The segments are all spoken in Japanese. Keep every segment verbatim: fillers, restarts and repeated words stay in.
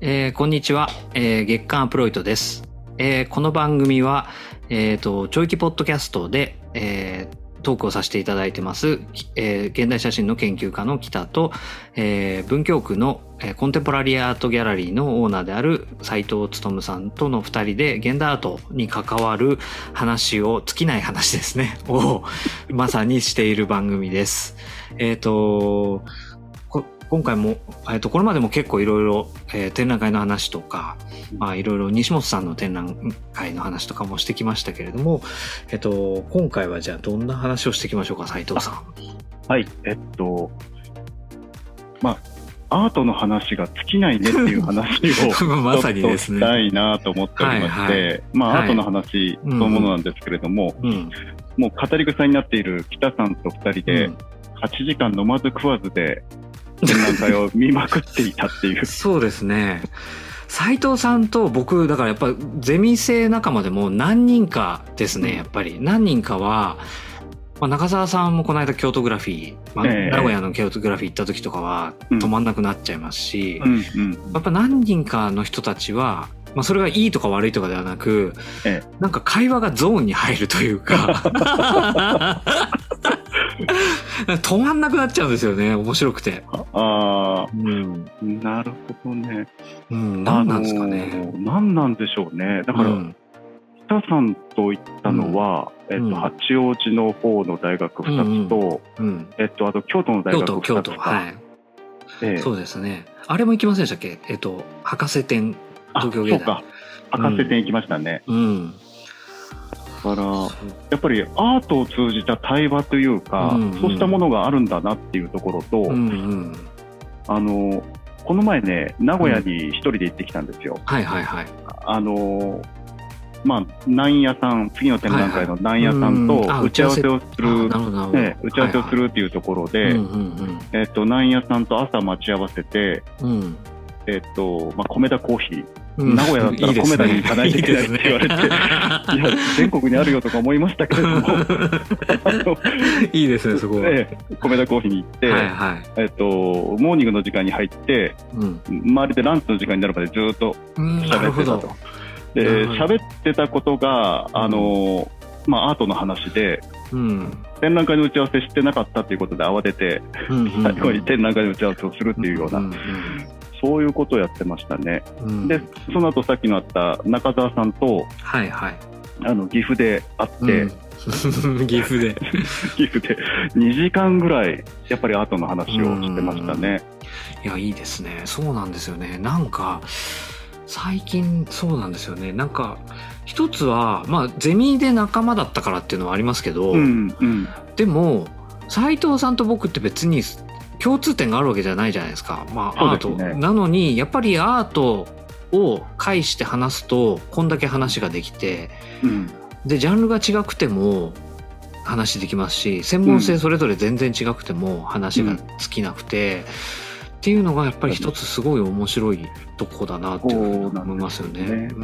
えー、こんにちは、えー、月刊アプロイトです。えー、この番組は、えーと、ちょいきポッドキャストで、えー、トークをさせていただいてます、えー、現代写真の研究家の北と、えー、文京区の、えー、コンテンポラリーアートギャラリーのオーナーである斉藤勉さんとのふたりで現代アートに関わる話を、尽きない話ですね、をまさにしている番組です。えーと、今回も、えっと、これまでも結構いろいろ展覧会の話とか、まあいろいろ西本さんの展覧会の話とかもしてきましたけれども、えっと、今回はじゃあどんな話をしていきましょうか、斉藤さん。 はい、えっと、まあ、アートの話が尽きないねっていう話をまさにですね、 したいなと思っておりまして、はいはい、まあ、アートの話そのものなんですけれども、うんうん、もう語り草になっている北さんとふたりではちじかん飲まず食わずで展覧会を見まくっていたっていうそうですね。斉藤さんと僕だからやっぱゼミ生仲間でも何人かですね、やっぱり何人かは、まあ、中澤さんもこの間京都グラフィー、まあえー、名古屋の京都グラフィー行った時とかは止まんなくなっちゃいますし、うんうんうん、やっぱ何人かの人たちは、まあ、それがいいとか悪いとかではなく、えー、なんか会話がゾーンに入るというか止まんなくなっちゃうんですよね、面白くて。 ああ、うん、なるほどね。 うん、何なんですかね。 何なんでしょうね。だから、うん、北さんと言ったのは、うん、えっと、八王子の方の大学ふたつと、うんうん、えっと、あと京都の大学ふたつか。京都、京都、はい。 ええ、そうですね。あれも行きませんでしたっけ？えっと、博士展、東京芸大。 そうか。博士展行きましたね。うん。うんだからやっぱりアートを通じた対話というか、うんうん、そうしたものがあるんだなっていうところと、うんうん、あのこの前ね名古屋に一人で行ってきたんですよ、うん、はいはいはい。あのまあ南屋さん、次の展覧会の南屋さんと打ち合わせをする、ね、打ち合わせをするっていうところで、えっと南屋さんと朝待ち合わせて、うん、えっとまあ米田コーヒー名古屋だったら米田に行かないといけないって言われて、いい、ね、いや全国にあるよとか思いましたけれどもいいですねそこは、 ええ、米田コーヒーに行って、はいはい、えっと、モーニングの時間に入って、うん、周りでランチの時間になるまでずっと喋ってたと。で喋ってたことがあの、まあ、アートの話で、うん、展覧会の打ち合わせしてなかったということで慌てて、うんうんうん、最後に展覧会の打ち合わせをするっていうような、うんうんうん、そういうことをやってましたね、うん、でその後さっきのあった中澤さんと、はいはい、あの岐阜で会って、 うん、岐阜で岐阜でにじかんぐらいやっぱりアートの話をしてましたね。 いやいいですね。そうなんですよね。なんか最近そうなんですよね。なんか一つはまあゼミで仲間だったからっていうのはありますけど、うんうん、でも斉藤さんと僕って別に共通点があるわけじゃないじゃないですか。まあアート、ね、なのにやっぱりアートを介して話すとこんだけ話ができて、うん、でジャンルが違くても話できますし、専門性それぞれ全然違くても話が尽きなくて、うん、っていうのがやっぱり一つすごい面白いとこだなっていうふうに思いますよね。ね、うん、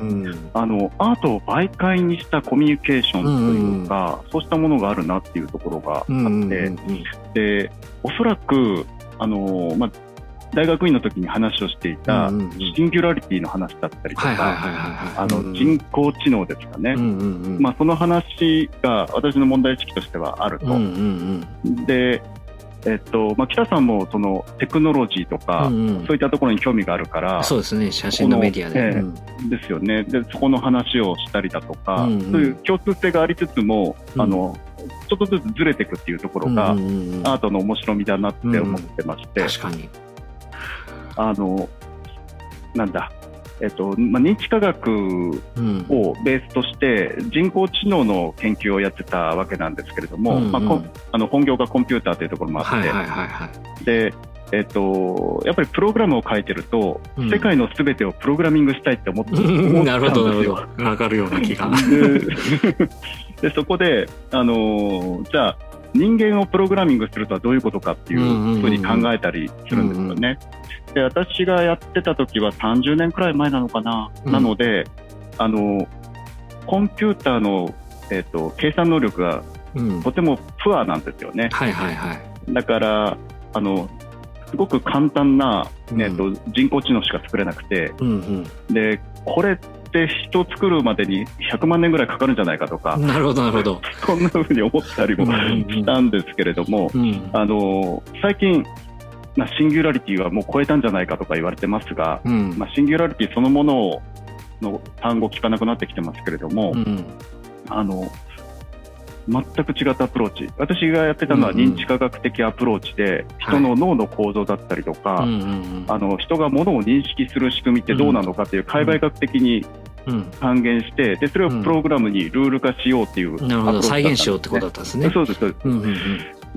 あのアートを媒介にしたコミュニケーションというか、うん、そうしたものがあるなっていうところがあって、うんうんうんうん、でおそらくあの、まあ、大学院の時に話をしていたシンギュラリティの話だったりとか、人工知能ですかね、うんうんうん、まあ、その話が私の問題意識としてはあると、うんうんうん、でえっとまあ、北さんもそのテクノロジーとか、うんうん、そういったところに興味があるから、 そうですね、写真のメディアで、 えー、ですよね。でそこの話をしたりだとか、うんうん、そういう共通性がありつつも、うん、あのちょっとずつずれていくっていうところが、うんうんうん、アートの面白みだなって思ってまして、うん、確かにあのなんだえっとまあ、認知科学をベースとして人工知能の研究をやってたわけなんですけれども、うんうん、まあ、あの本業がコンピューターというところもあって、はいはいはいはい、でえっと、やっぱりプログラムを書いてると、うん、世界のすべてをプログラミングしたいって思ってたんですよ。 なるほどなるほど、分かるような気がで, でそこで、あのじゃあ人間をプログラミングするとはどういうことかっていうふうに考えたりするんですよね、うんうんうん、で私がやってた時はさんじゅうねんくらい前なのかな、うん、なのであのコンピューターの、えーと、計算能力がとてもプアなんですよね、うん、はいはいはい、だからあのすごく簡単な、うんえー、と人工知能しか作れなくて、うんうん、でこれって人を作るまでにひゃくまんねんぐらいかかるんじゃないかとか、 なるほどなるほどそんな風に思ったりもしたんですけれども、うんうん、あの最近シンギュラリティはもう超えたんじゃないかとか言われてますが、うんまあ、シンギュラリティそのものをの単語聞かなくなってきてますけれども、うん、あの全く違ったアプローチ、私がやってたのは認知科学的アプローチで、うんうん、人の脳の構造だったりとか、はい、あの人が物を認識する仕組みってどうなのかっていう解剖学的に還元して、でそれをプログラムにルール化しようっていうアプローチだったんですね。 再現しようってことだったんですね。 そうですそうです、うんうんうん、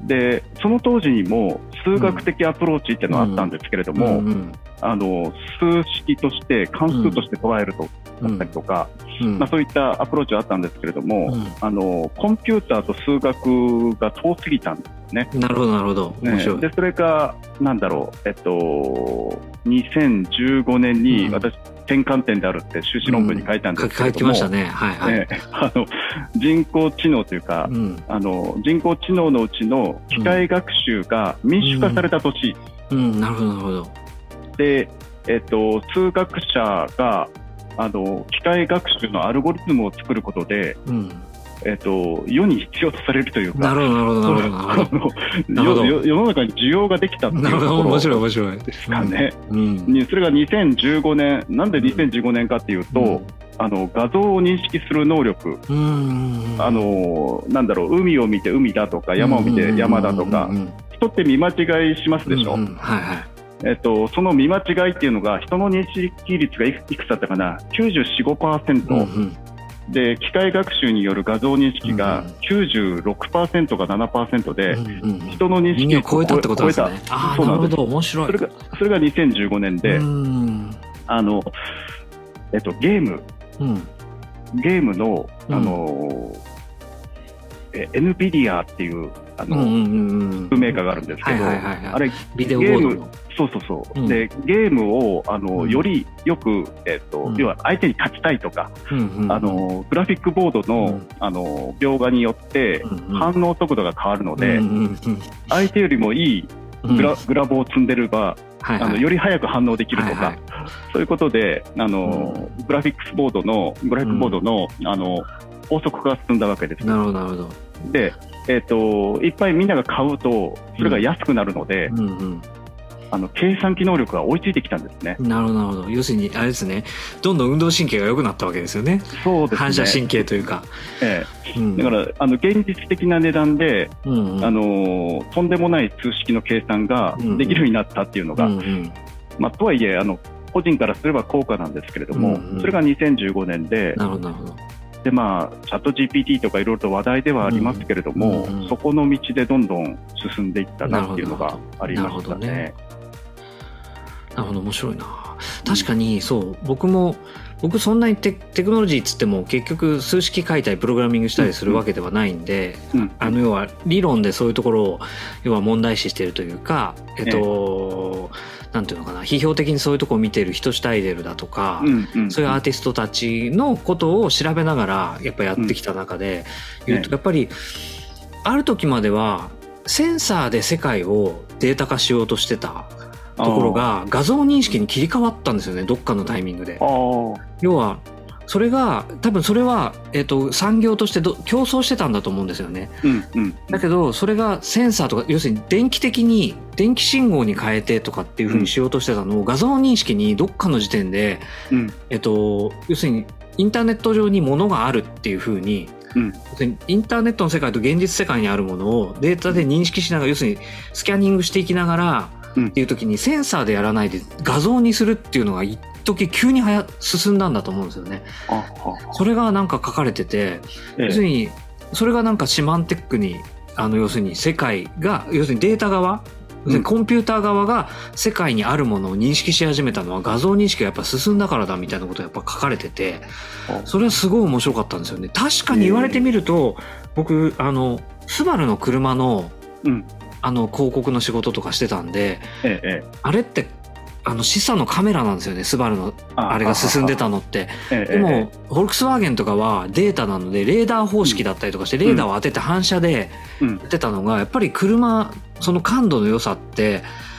でその当時にも数学的アプローチっていうのがあったんですけれども、うんうんうん、あの数式として関数として捉えると、うん、だったりとか、うんまあ、そういったアプローチはあったんですけれども、うん、あのコンピューターと数学が遠すぎたんですね。 なるほどなるほど、面白い、 ね、でそれがなんだろう、えっと、にせんじゅうごねんに私、うん、転換点であるって修士論文に書いたんですけれども、うん、書きましたね、はいはいね、あの人工知能というか、うん、あの人工知能のうちの機械学習が民主化された年、 うんうん、なるほどなるほど。 で、えっと、数学者があの機械学習のアルゴリズムを作ることで、うんえっと、世に必要とされるというか、 なるほどなるほどなるほど世の中に需要ができたっていうところ面白い面白いですかね、うんうん、それがにせんじゅうごねん、なんでにせんじゅうごねんかっていうと、うん、あの画像を認識する能力、うんあのなんだろう、海を見て海だとか山を見て山だとか、人って見間違いしますでしょ、うんうんはいはいえっと、その見間違いっていうのが人の認識率がいくつだったかな、きゅうじゅうよん、ごパーセント、うんうんで機械学習による画像認識が きゅうじゅうろくパーセント か ななパーセント で、うんうん、人の認識を超えたってことですね。ああ、なるほど、面白い。 それが、それがにせんじゅうごねんで、あの、えっと、ゲーム、うん、ゲームの、あの、うん、え エヌビディア っていうあの、うんうんうん、メーカーがあるんですけど、はいはいはいはい、あれビデオボードのそうそうそう、うん、でゲームをあの、うん、よりよく、えーとうん、要は相手に勝ちたいとか、うんうんうん、あのグラフィックボードの、うん、あの描画によって反応速度が変わるので、うんうんうん、相手よりもいいグ ラ,、うん、グラボを積んでれば、はいはい、あのより早く反応できるとか、はいはい、そういうことであの、うん、グラフィックスボードのグラフィックボードの、うん、あの法則が進んだわけです。 なるほどなるほど。 でえー、といっぱいみんなが買うとそれが安くなるので、うんうんうん、あの計算機能力が追いついてきたんですね。 なるほどなるほど。要するにあれですね、どんどん運動神経が良くなったわけですよね。 そうですね、 反射神経というか、 ええうん、だからあの現実的な値段で、うんうん、あのとんでもない数式の計算ができるようになったっていうのが、うんうんまあ、とはいえあの個人からすれば高価なんですけれども、うんうん、それがにせんじゅうごねんで、 なるほどなるほど。 でまあ、チャット ジーピーティー とかいろいろと話題ではありますけれども、うんうんうん、そこの道でどんどん進んでいったなっていうのがありましたね。なるほど、面白いな。確かにそう僕も僕そんなに テ, テクノロジーっつっても結局数式書いたりプログラミングしたりするわけではないんで、うんうん、あの要は理論でそういうところを要は問題視しているというか、えっと、ええ、なんていうのかな、批評的にそういうところを見ている人シュタイデルだとか、うんうん、そういうアーティストたちのことを調べながらやっぱやってきた中で、うん、言うとやっぱりある時まではセンサーで世界をデータ化しようとしてたところが画像認識に切り替わったんですよね、どっかのタイミングで。要はそれが多分それは、えーと、産業としてど競争してたんだと思うんですよね、うんうん、だけどそれがセンサーとか要するに電気的に電気信号に変えてとかっていう風にしようとしてたのを、うん、画像認識にどっかの時点で、うんえーと、要するにインターネット上に物があるっていう風に、うん、インターネットの世界と現実世界にあるものをデータで認識しながら要するにスキャニングしていきながらっていう時にセンサーでやらないで画像にするっていうのが一時急にはや進んだんだと思うんですよね。それがなんか書かれてて、ええ、要するにそれがなんかシマンテックにあの要するに世界が要するにデータ側、うん、コンピューター側が世界にあるものを認識し始めたのは画像認識がやっぱ進んだからだみたいなことがやっぱ書かれてて、それはすごい面白かったんですよね。確かに言われてみると、えー、僕あのスバルの車の、うんあの広告の仕事とかしてたんで、ええ、あれってあの示唆のカメラなんですよね、スバルのあれが進んでたのって。ええ、でも、ええ、フォルクスワーゲンとかはデータなのでレーダー方式だったりとかして、うん、レーダーを当てて反射でやってたのが、やっぱり車その感度の良さって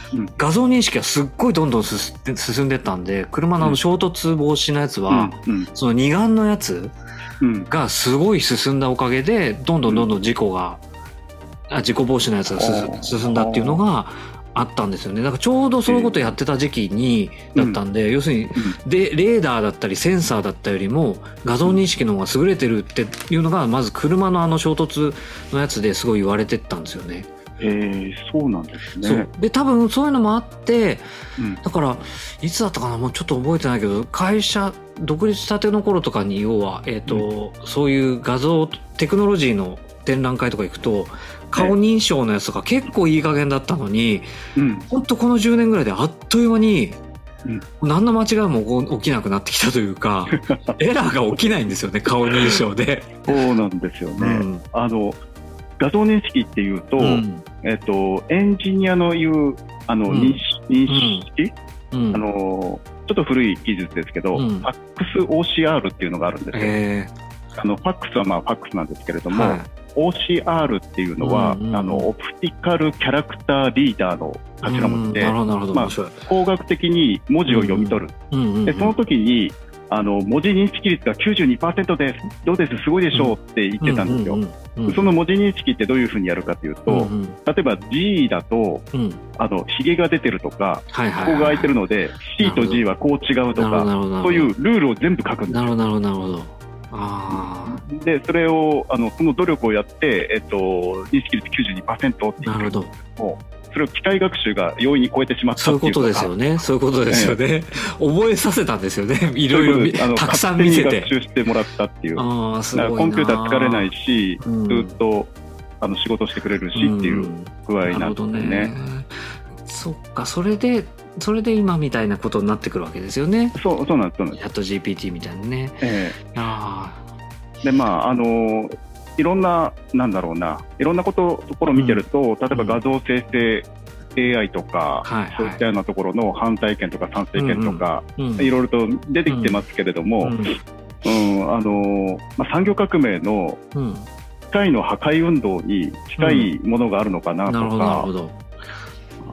画像認識がすっごいどんどん進んで、進んでったんで、車のあの衝突防止のやつは、うん、その二眼のやつがすごい進んだおかげで、どんどんどんどん事故が、うん、あ事故防止のやつが進んだっていうのがあったんですよね。だからちょうどそういうことやってた時期に、だったんで、うん、要するに、で、レーダーだったりセンサーだったよりも画像認識の方が優れてるっていうのが、まず車のあの衝突のやつですごい言われてったんですよね。 えー、そうなんですね。 そうで多分そういうのもあって、うん、だからいつだったかなもうちょっと覚えてないけど会社独立したての頃とかに要は、えーとうん、そういう画像テクノロジーの展覧会とか行くと顔認証のやつとか結構いい加減だったのに、うん、ほんとこのじゅうねんぐらいであっという間に、うん、何の間違いも起きなくなってきたというかエラーが起きないんですよね顔認証で。 そうなんですよね、うん、あの画像認識っていうと、うんえっと、エンジニアの言うあの、うん、認識、うん、あのちょっと古い技術ですけど、うん、ファックス オーシーアール っていうのがあるんですよ、えー、あのファックスはまあファックスなんですけれども、はい、オーシーアール っていうのは、うんうん、あのオプティカルキャラクターリーダーの頭文字で、うんまあ、工学的に文字を読み取る、うんうんうん、でその時にあの文字認識率が きゅうじゅうにパーセント ですどうですすごいでしょうって言ってたんですよ、うんうんうんうん、その文字認識ってどういうふうにやるかというと、うんうん、例えば G だと、うん、あのヒゲが出てるとか、はいはいはいはい、ここが空いてるので C と G はこう違うとかそういうルールを全部書くんですよ。 なるほどなるほどあでそれをあのその努力をやって、えっと、認識率 きゅうじゅうにパーセント って言ってるんですけどもそれを機械学習が容易に超えてしまったっていうそういうことですよね。そういうことですよね。ええ、覚えさせたんですよね。いろいろたくさん見せて。 学習してもらったっていう。 ああ、すごいな。 コンピューター疲れないし、うん、ずっとあの仕事してくれるしっていう具合なんですね。うん、ねそっか、それでそれで今みたいなことになってくるわけですよね。 そうそうなんです。そうなんです。 やっと ジーピーティー みたいなね。 ええ、あでまああのいろんな、なんだろうな、いろんなこと、ところを見てると、うん、例えば画像生成 エーアイ とか、うん、そういったようなところの反対意見とか賛成意見とか、うんうん、いろいろと出てきてますけれども、うんうんあのまあ、産業革命の機械の破壊運動に近いものがあるのかなとか、うん、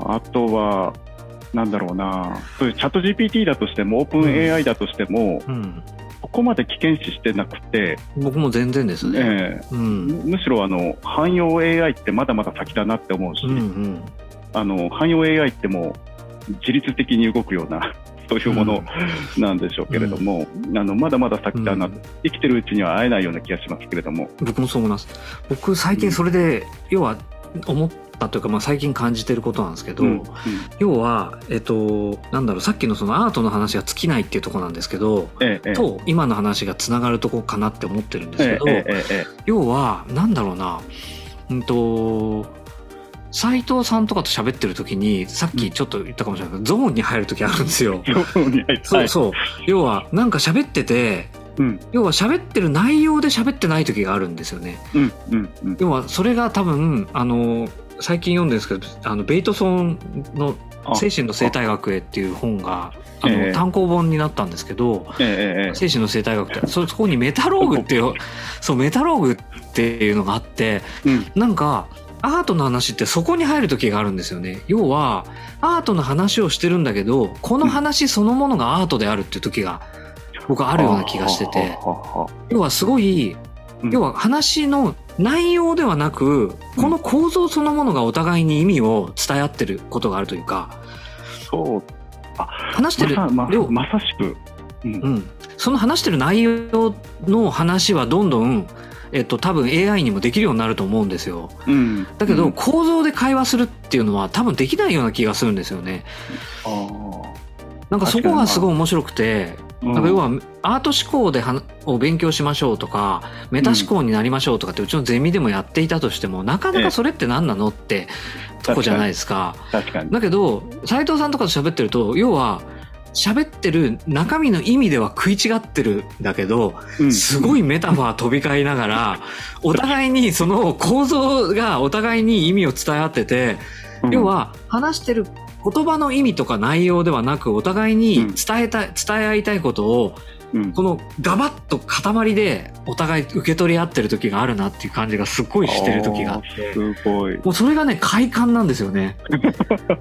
あとは、なんだろうな、そういうチャット ジーピーティー だとしても、オープン エーアイ だとしても、うんうんここまで危険視してなくて僕も全然ですね、えーうん、むしろあの汎用 エーアイ ってまだまだ先だなって思うし、うんうん、あの汎用 エーアイ ってもう自律的に動くようなそういうものなんでしょうけれども、うん、あのまだまだ先だな、うん、生きてるうちには会えないような気がしますけれども僕もそう思います。僕最近それで、うん、要は思ったというか、まあ、最近感じてることなんですけど、うんうん、要は、えっと、なんだろうさっきのそのアートの話が尽きないっていうところなんですけど、ええ、と今の話がつながるところかなって思ってるんですけど、えええ、要はなんだろうな、うんと斉藤さんとかと喋ってる時にさっきちょっと言ったかもしれないけど、うん、ゾーンに入る時あるんですよ。そうそう、要はなんか喋っててうん、要は喋ってる内容で喋ってない時があるんですよね、うんうんうん、要はそれが多分あの最近読んでるんですけどあのベイトソンの精神の生態学へっていう本があの、えー、単行本になったんですけど、えー、精神の生態学ってそこにメタローグっていうそうメタローグっていうのがあって、うん、なんかアートの話ってそこに入る時があるんですよね。要はアートの話をしてるんだけどこの話そのものがアートであるっていう時が僕はあるような気がしてて、要はすごい、要は話の内容ではなく、この構造そのものがお互いに意味を伝え合ってることがあるというか、 そう、 あ、話してる、 まさ、ま、まさしく、 うん、うん、その話してる内容の話はどんどん、えっと、多分 エーアイ にもできるようになると思うんですよ、うん、だけど、うん、構造で会話するっていうのは多分できないような気がするんですよね。あ、なんかそこがすごい面白くて、なんか要はアート思考ではを勉強しましょうとかメタ思考になりましょうとかってうちのゼミでもやっていたとしても、なかなかそれって何なのってとこじゃないですか。 確かに。 だけど斉藤さんとかと喋ってると要は喋ってる中身の意味では食い違ってるんだけど、うん、すごいメタファー飛び交いながらお互いにその構造がお互いに意味を伝え合ってて、うん、要は話してる言葉の意味とか内容ではなくお互いに伝えたい、うん、伝え合いたいことを、うん、このガバッと塊でお互い受け取り合ってる時があるなっていう感じがすっごいしてる時があって、 すごい。 もうそれがね快感なんですよね。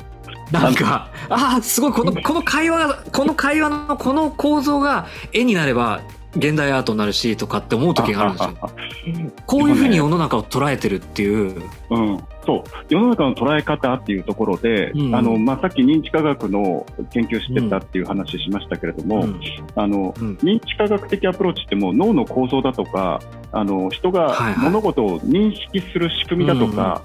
なんかああすごいこのこの会話がこの会話のこの構造が絵になれば現代アートになるしとかって思う時があるんですよ。こういうふうに世の中を捉えてるっていう、 うん、そう世の中の捉え方っていうところで、うんあのまあ、さっき認知科学の研究してたっていう話しましたけれども、うんあのうん、認知科学的アプローチってもう脳の構造だとかあの人が物事を認識する仕組みだとか、はいはい、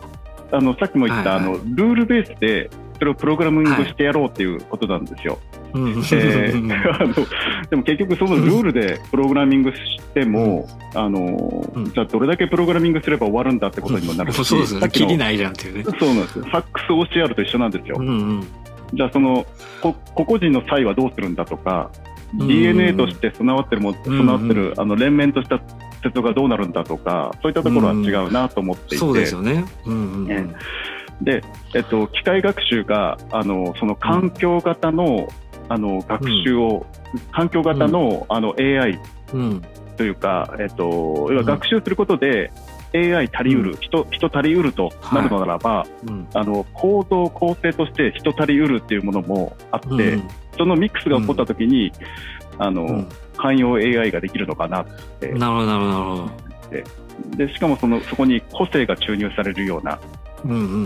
あのさっきも言った、はいはい、あのルールベースでそれをプログラミングしてやろうっていうことなんですよ。はいえー、あのでも結局そのルールでプログラミングしても、うん、あのじゃあどれだけプログラミングすれば終わるんだってことにもなるし、うん、 そうですね、切りないじゃんっていうね。 そうなんですよ。ファックス オーシーアール と一緒なんですよ。うんうん、じゃあその個々人の差異はどうするんだとか、うんうん、ディーエヌエー として備わってるも備わってる、うんうん、あの連綿とした接続がどうなるんだとか、そういったところは違うなと思っていて、 そうですよね。うんうんうんねでえっと、機械学習があのその環境型の、あの学習を、うん、環境型の、あの エーアイ というか、えっと、要は学習することで エーアイ 足りうる、うん、人, 人足りうるとなるのならば、はいうん、あの構造構成として人足りうるっていうものもあって、うん、そのミックスが起こったときに、うん、あの、うん、汎用 エーアイ ができるのかなって。 なるほどなるほど。 で, でしかもそのそこに個性が注入されるような。 うんうんうんうん、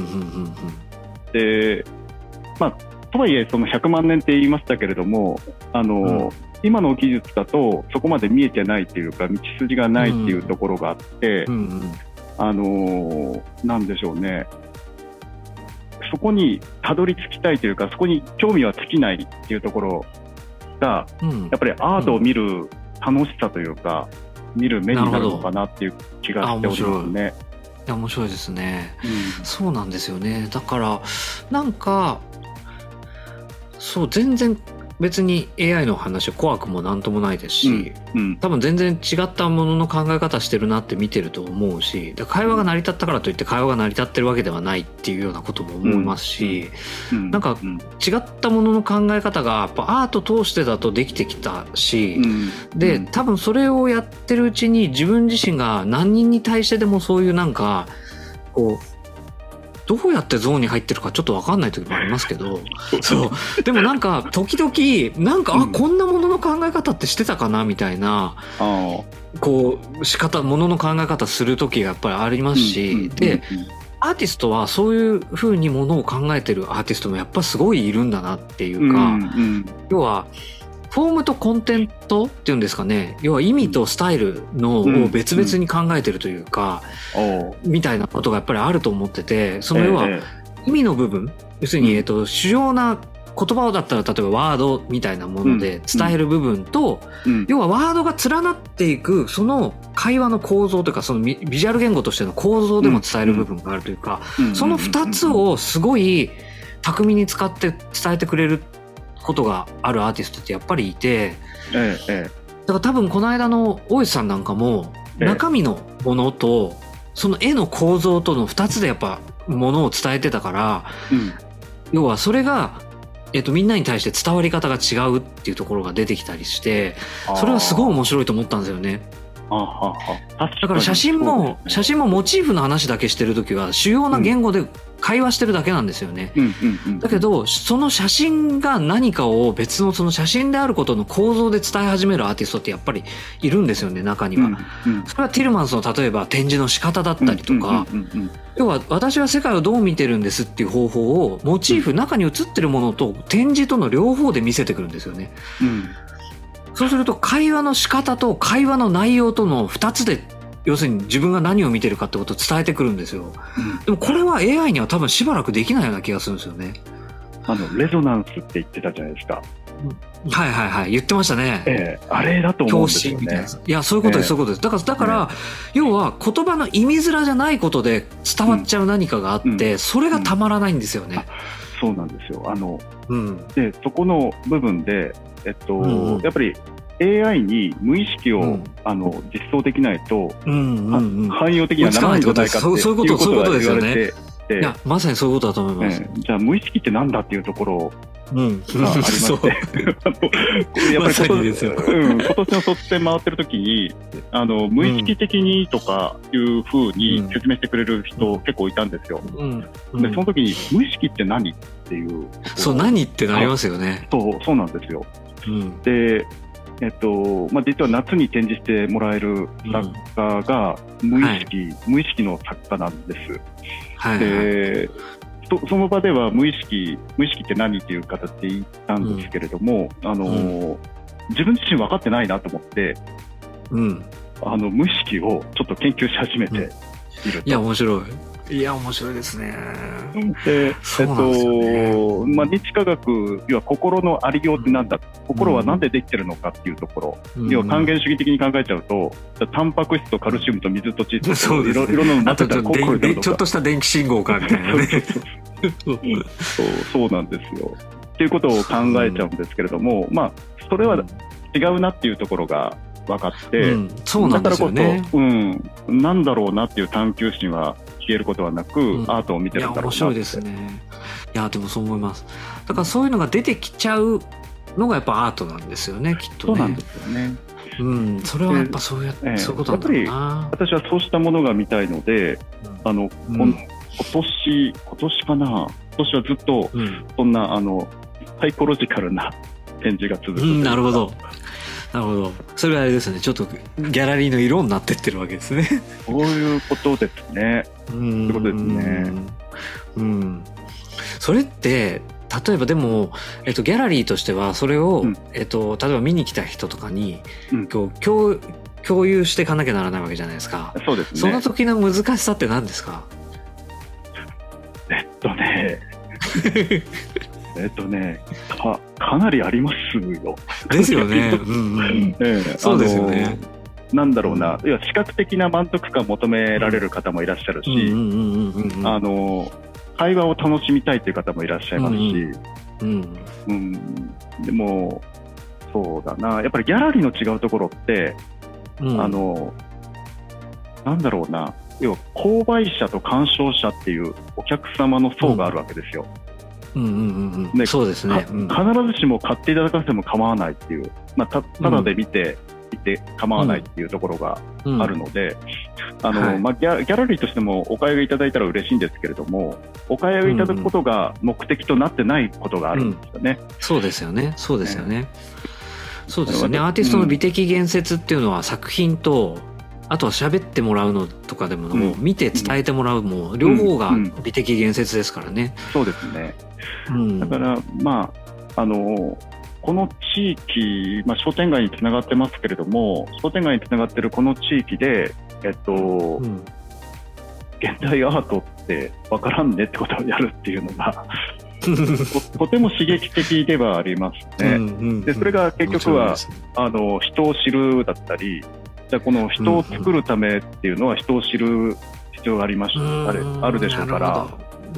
でまあ、とはいえそのひゃくまんねんって言いましたけれどもあの、うん、今の技術だとそこまで見えてないというか道筋がないっていうところがあって、うんうんうん、あのなんでしょうねそこにたどり着きたいというかそこに興味は尽きないっていうところが、うん、やっぱりアートを見る楽しさというか、うん、見る目になるのかなっていう気がしておりますね。 いや面白いですね、うん、そうなんですよね。だからなんかそう全然別に エーアイ の話は怖くもなんともないですし、うんうん、多分全然違ったものの考え方してるなって見てると思うし、会話が成り立ったからといって会話が成り立ってるわけではないっていうようなことも思いますし、うんうん、なんか違ったものの考え方がやっぱアート通してだとできてきたし、うん、で多分それをやってるうちに自分自身が何人に対してでもそういうなんかこうどうやってゾーンに入ってるかちょっと分かんない時もありますけどそうでもなんか時々なんか、うん、あこんなものの考え方ってしてたかなみたいなこう仕方ものの考え方する時がやっぱりありますし、うんうんうんうん、でアーティストはそういう風にものを考えてるアーティストもやっぱすごいいるんだなっていうか、うんうん、要はフォームとコンテントっていうんですかね、要は意味とスタイルのを別々に考えてるというか、うん、みたいなことがやっぱりあると思ってて、その要は意味の部分、要するにえっと主要な言葉だったら例えばワードみたいなもので伝える部分と、うんうん、要はワードが連なっていくその会話の構造というかそのビジュアル言語としての構造でも伝える部分があるというか、その二つをすごい巧みに使って伝えてくれることがあるアーティストってやっぱりいて、ええ、だから多分この間の大石さんなんかも中身のものとその絵の構造とのふたつでやっぱものを伝えてたから、うん、要はそれが、えっと、みんなに対して伝わり方が違うっていうところが出てきたりしてそれはすごい面白いと思ったんですよね。あははだから写真も、ね、写真もモチーフの話だけしてるときは主要な言語で会話してるだけなんですよね、うんうんうんうん、だけどその写真が何かを別のその写真であることの構造で伝え始めるアーティストってやっぱりいるんですよね中には、うんうん、それはティルマンスの例えば展示の仕方だったりとか、うんうんうんうん、要は私は世界をどう見てるんですっていう方法をモチーフ中に写ってるものと展示との両方で見せてくるんですよね、うんそうすると会話の仕方と会話の内容とのふたつで要するに自分が何を見てるかってことを伝えてくるんですよ、うん、でもこれは エーアイ には多分しばらくできないような気がするんですよね。 あのレゾナンスって言ってたじゃないですか、 うん、はいはいはい言ってましたね、 えー、あれだと思うんですよね。 みたいな。いやそういうことです、えー、そういうことです。だからだから、えー、要は言葉の意味面じゃないことで伝わっちゃう何かがあって、うん、それがたまらないんですよね、 うん、そうなんですよ。あの、うん、でそこの部分でえっと、うん、やっぱり エーアイ に無意識を、うん、あの実装できないと、うんうんうん、汎用的にはならないんじゃないかっていうことが言われて、 いやまさにそういうことだと思います、 ね、じゃあ無意識ってなんだっていうところがありまして、うん、やっぱり今年、うん、今年の卒展回ってる時にあの無意識的にとかいう風に説明してくれる人、うん、結構いたんですよ、うんうん、でその時に無意識って何っっていう。 そう何ってなりますよね。 そうそうなんですよ。うん、でえっとまあ、実は夏に展示してもらえる作家が無意識、うんはい、無意識の作家なんです。はいはい、で そ, その場では無意識無意識って何っていう形で言ったんですけれども、うん、あのうん、自分自身分かってないなと思って、うん、あの無意識をちょっと研究し始めていると、 うん、いや面白いいや面白いですね。 で、えっとまあ、認知科学要は心のありようってなんだ、うん、心はなんでできてるのかっていうところ、うん、要は還元主義的に考えちゃうと、うん、タンパク質とカルシウムと水と窒素といろいろなの混ぜたら心になるとか、 ちょっとした電気信号かみたいなねそうそうなんですよっていうことを考えちゃうんですけれども、うん、まあそれは違うなっていうところが分かって、うん、 そうなんですよね。 だからこそ、うん、なんだろうなっていう探求心は消えることはなく、うん、アートを見てるんだろうなって。いや面白いですね。いやでもそう思います。だからそういうのが出てきちゃうのがやっぱアートなんですよね、きっとね。 そうなんですよね。 うん、それはやっぱそうやって、えー、そういうことなんだろうな。 やっぱり私はそうしたものが見たいので、うん、あの、うん、今年今年かな今年はずっとそんな、うん、あのサイコロジカルな展示が続く、うん、 なるほどなるほど。それはあれですね、ちょっとギャラリーの色になってってるわけですね。 そういうことですね。そういうことですね。 うん。それって例えばでも、えっと、ギャラリーとしてはそれを、うん、えっと、例えば見に来た人とかに、うん、今日共共有していかなきゃならないわけじゃないですか。 そうですね。 その時の難しさって何ですか？ えっとねえっとねか、かなりありますよ。 ですよね。うんうん、ええ、そうですよね。 なんだろうな、要は視覚的な満足感を求められる方もいらっしゃるし、あの会話を楽しみたいという方もいらっしゃいますし、うんうん、でもそうだな、やっぱりギャラリーの違うところって、うん、あのなんだろうな、要は購買者と鑑賞者っていうお客様の層があるわけですよ。 うんうんうんうん、そうですね、うん、 必ずしも買っていただかせても構わないっていう、まあ、た, ただで見ていて構わないっていうところがあるので、あのまあ、ギャ, ギャラリーとしてもお買い上げいただいたら嬉しいんですけれども、お買い上げいただくことが目的となってないことがあるんですよね。 うんうん、そうですよね、そうですよね、ね、そうですよね。アーティストの美的言説っていうのは作品と、あとは喋ってもらうのとかでも、うん、もう見て伝えてもらうも、うん、両方が美的言説ですからね。 うん、そうですね。うん、だからまああのこの地域、まあ、商店街につながってますけれども、商店街につながってるこの地域で、えっとうん、現代アートって分からんねってことをやるっていうのがと, とても刺激的ではありますね。うんうんうん、でそれが結局は、あの人を知るだったり、じゃあこの人を作るためっていうのは人を知る必要がありまし、うん、あ, れあるでしょうから、うん、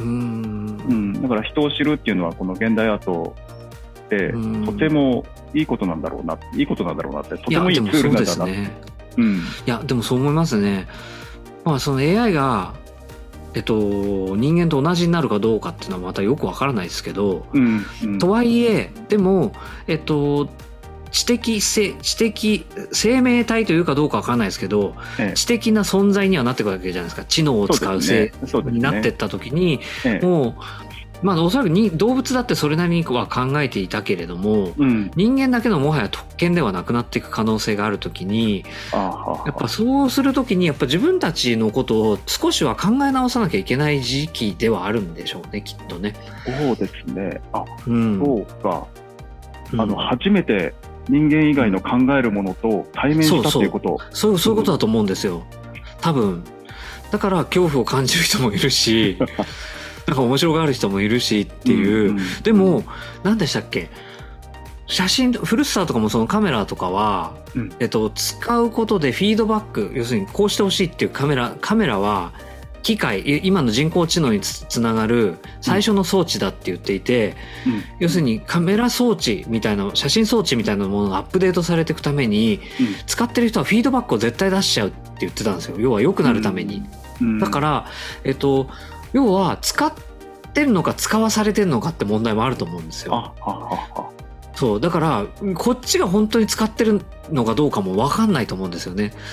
うん、だから人を知るっていうのはこの現代アートでとてもいいことなんだろうな、いいことなんだろうなって、とてもいいツールなんだなって。いやでもそう思いますね。まあその エーアイ がえっと人間と同じになるかどうかっていうのはまたよくわからないですけど、うんうん、とはいえでもえっと知的生知的生命体というかどうかわからないですけど、ええ、知的な存在にはなっていくわけじゃないですか。知能を使う性になっていった時に、ええ、もうまあおそらくに動物だってそれなりには考えていたけれども、うん、人間だけのもはや特権ではなくなっていく可能性がある時に、やっぱそうする時にやっぱ自分たちのことを少しは考え直さなきゃいけない時期ではあるんでしょうね、きっとね。 そうですね。あ、うん、そうか。あの、うん、初めて人間以外の考えるものと対面したっていうこと、 そうそう、そう、そういうことだと思うんですよ。多分だから恐怖を感じる人もいるしなんか面白がる人もいるしっていう、うんうん、でも何でしたっけ、写真フルスターとかもそのカメラとかは、うんえっと、使うことでフィードバック、要するにこうしてほしいっていうカメラカメラは機械、今の人工知能に つ, つながる最初の装置だって言っていて、うん、要するにカメラ装置みたいな写真装置みたいなものがアップデートされていくために、うん、使ってる人はフィードバックを絶対出しちゃうって言ってたんですよ。要は良くなるために、うんうん、だからえっと要は使ってるのか使わされてるのかって問題もあると思うんですよ。あああそうだからこっちが本当に使ってるのかどうかも分かんないと思うんですよね。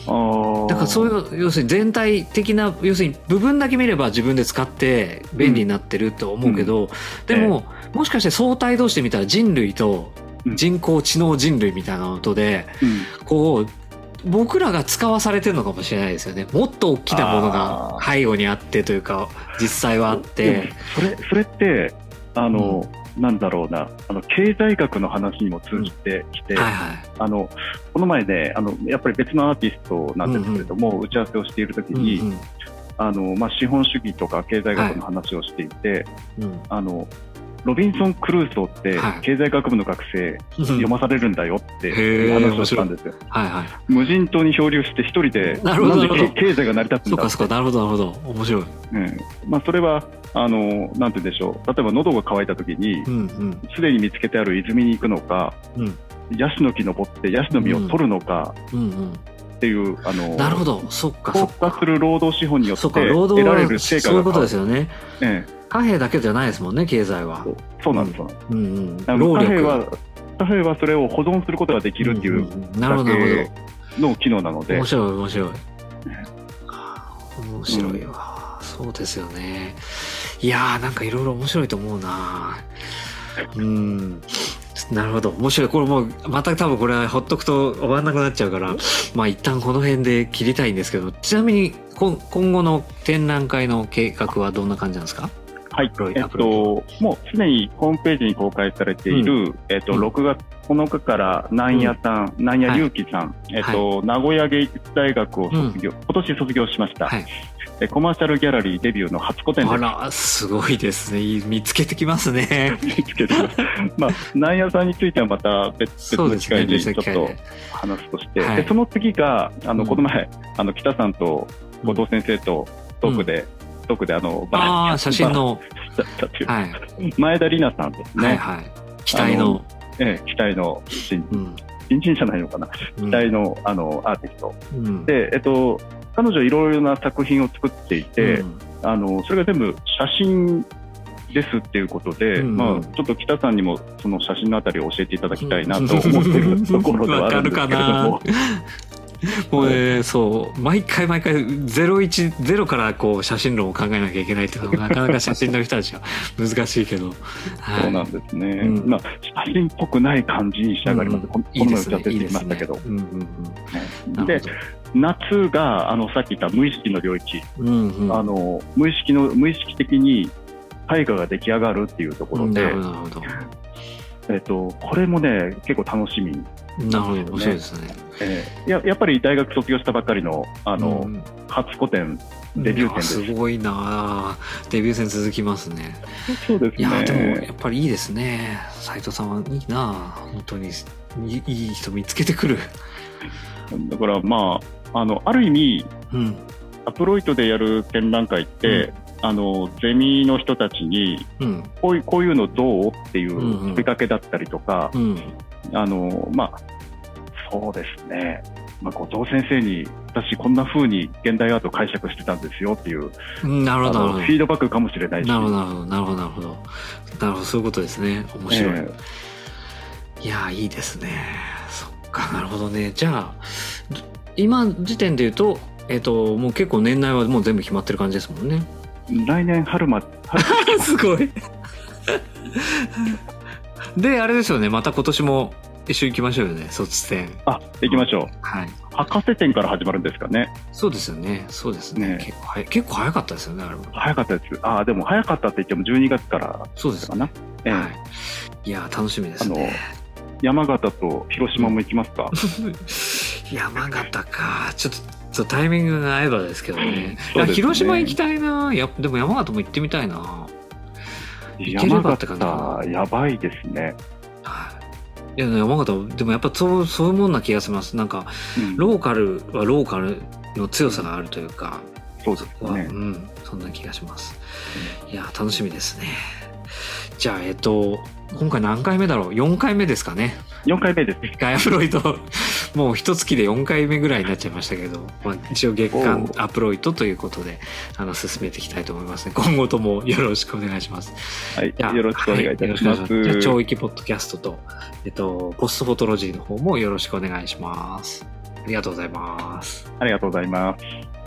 だからそういう要するに全体的な要するに部分だけ見れば自分で使って便利になってると思うけど、うんうん、でも、えー、もしかして相対同士で見たら人類と人工知能人類みたいなことで、うん、こう僕らが使わされてるのかもしれないですよね。もっと大きなものが背後にあってというか実際はあって、 それそれってあの、うん、なんだろうな、あの経済学の話にも通じてきて、うんはいはい、あのこの前ね、あのやっぱり別のアーティストなんですけれども、うんうん、打ち合わせをしているときに、うんうん、あのまあ、資本主義とか経済学の話をしていて、はいうん、あのロビンソン・クルーソーって経済学部の学生読まされるんだよっていう話をしたんですよ。はいはい、無人島に漂流して一人でなんで経済が成り立つんだって。 そうかそうか、なるほどなるほど、面白い。 うんまあ、それはあのなんて言うんでしょう、例えば喉が渇いた時にすで、うんうん、に見つけてある泉に行くのか、うん、ヤシの木登ってヤシの実を取るのか、うんうんうんっていうあのなるほど、そっかそっか、 投下する労働資本によって得られる成果がそういうことですよね。ええ貨幣だけじゃないですもんね、経済は。 そうそうなんです、そうなんです、うんうん、貨幣は貨幣はそれを保存することができるっていうだけの機能なので、 面白い面白い面白いわ、うん、そうですよね。いやーなんかいろいろ面白いと思うな。うんなるほど、面白い。これもうまた多分これはほっとくと終わんなくなっちゃうから、まあ一旦この辺で切りたいんですけど、ちなみに今後の展覧会の計画はどんな感じなんですか？ はい、えっと、もうすでにホームページに公開されている、うん、えっと、ろくがつこのかから南谷さん、うん、南谷隆樹さん、はい、えっと、はい、名古屋芸術大学を卒業、うん、今年卒業しました。はいコマーシャルギャラリーデビューの初個展です。 あら、すごいですね。見つけてきますね。 見つけてます。まあ、南谷さんについてはまた別, 別の機会でちょっと話すとして、そ, ね、でその次が、あの、うん、この前、あの、北さんと後藤先生とトークで、うん、トークであの、 ああ、写真の、 はい、前田里奈さんですね。はいはい。 期待の。 ええ、期待の新、うん、新人じゃないのかな。期待の、あの、アーティスト。うん、で、えっと、彼女いろいろな作品を作っていて、うん、あのそれが全部写真ですっていうことで、うんまあ、ちょっと北さんにもその写真のあたりを教えていただきたいなと思っているところではあるんですけれどももうね、そう毎回毎回ゼロいちゼロからこう写真論を考えなきゃいけないっていうのはなかなか写真の人たちは難しいけど、 はい、そうなんですね、うんまあ、写真っぽくない感じに仕上がります、うん、この前打ち合わせてきましたけど、で夏があのさっき言った無意識の領域、うんうん、あの無意識の無意識的に絵画が出来上がるっていうところで、うん、なるほど、えっと、これもね結構楽しみ、ね、 なるほど、面白いですね。 えー、や, やっぱり大学卒業したばっかりの、あの、うん、初個展デビュー展です。 すごいな、デビュー戦続きますね。 そうですね。 いやでもやっぱりいいですね。斉藤さんはいいな、本当にい い, いい人見つけてくる。 だからまああのある意味、うん、アプロイトでやる展覧会って、うん、あのゼミの人たちに、うん、こういうこういうのどうっていう呼びかけだったりとか、うんうん、あのまあそうですね、まあ、後藤先生に私こんな風に現代アート解釈してたんですよっていう、 なるほど、 フィードバックかもしれないし、 なるほどなるほどなるほどなるほどなるほど、そういうことですね。面白い、えー、いやいいですね。そっか、なるほどね。じゃあ今時点で言うと、えっと、もう結構年内はもう全部決まってる感じですもんね。 来年春まですごいであれですよね、また今年も一緒に行きましょうよね、卒展。 あ、行きましょう、 はい、 博士展から始まるんですかね。 そうですよね、そうですね、ね、結構早結構早かったですよね、あれも。 早かったです。あ、でも早かったって言ってもじゅうにがつからそうですかな、 ええ、 はい、いや楽しみですね。 あの山形と広島も行きますか？ 山形か、ちょっとタイミングが合えばですけど ね, ねいや広島行きたいな。やでも山形も行ってみたいな。 行ければって感じ。山形やばいですね。 はい、いや山形でもやっぱそうそういうもんな気がします。なんか、うん、ローカルはローカルの強さがあるというか、 そうですね、 うん、そんな気がします、うん、いや楽しみですね。じゃあえっと今回何回目だろう。よんかいめですかね。 よんかいめです。 ガイアプロイトもう一月でよんかいめぐらいになっちゃいましたけど、まあ、一応月間アプロイトということであの進めていきたいと思いますね。今後ともよろしくお願いします。 はい、よろしくお願いいたします。はい、 じゃあ超域ポッドキャストと、えっと、ポストフォトロジーの方もよろしくお願いします。 ありがとうございます。 ありがとうございます。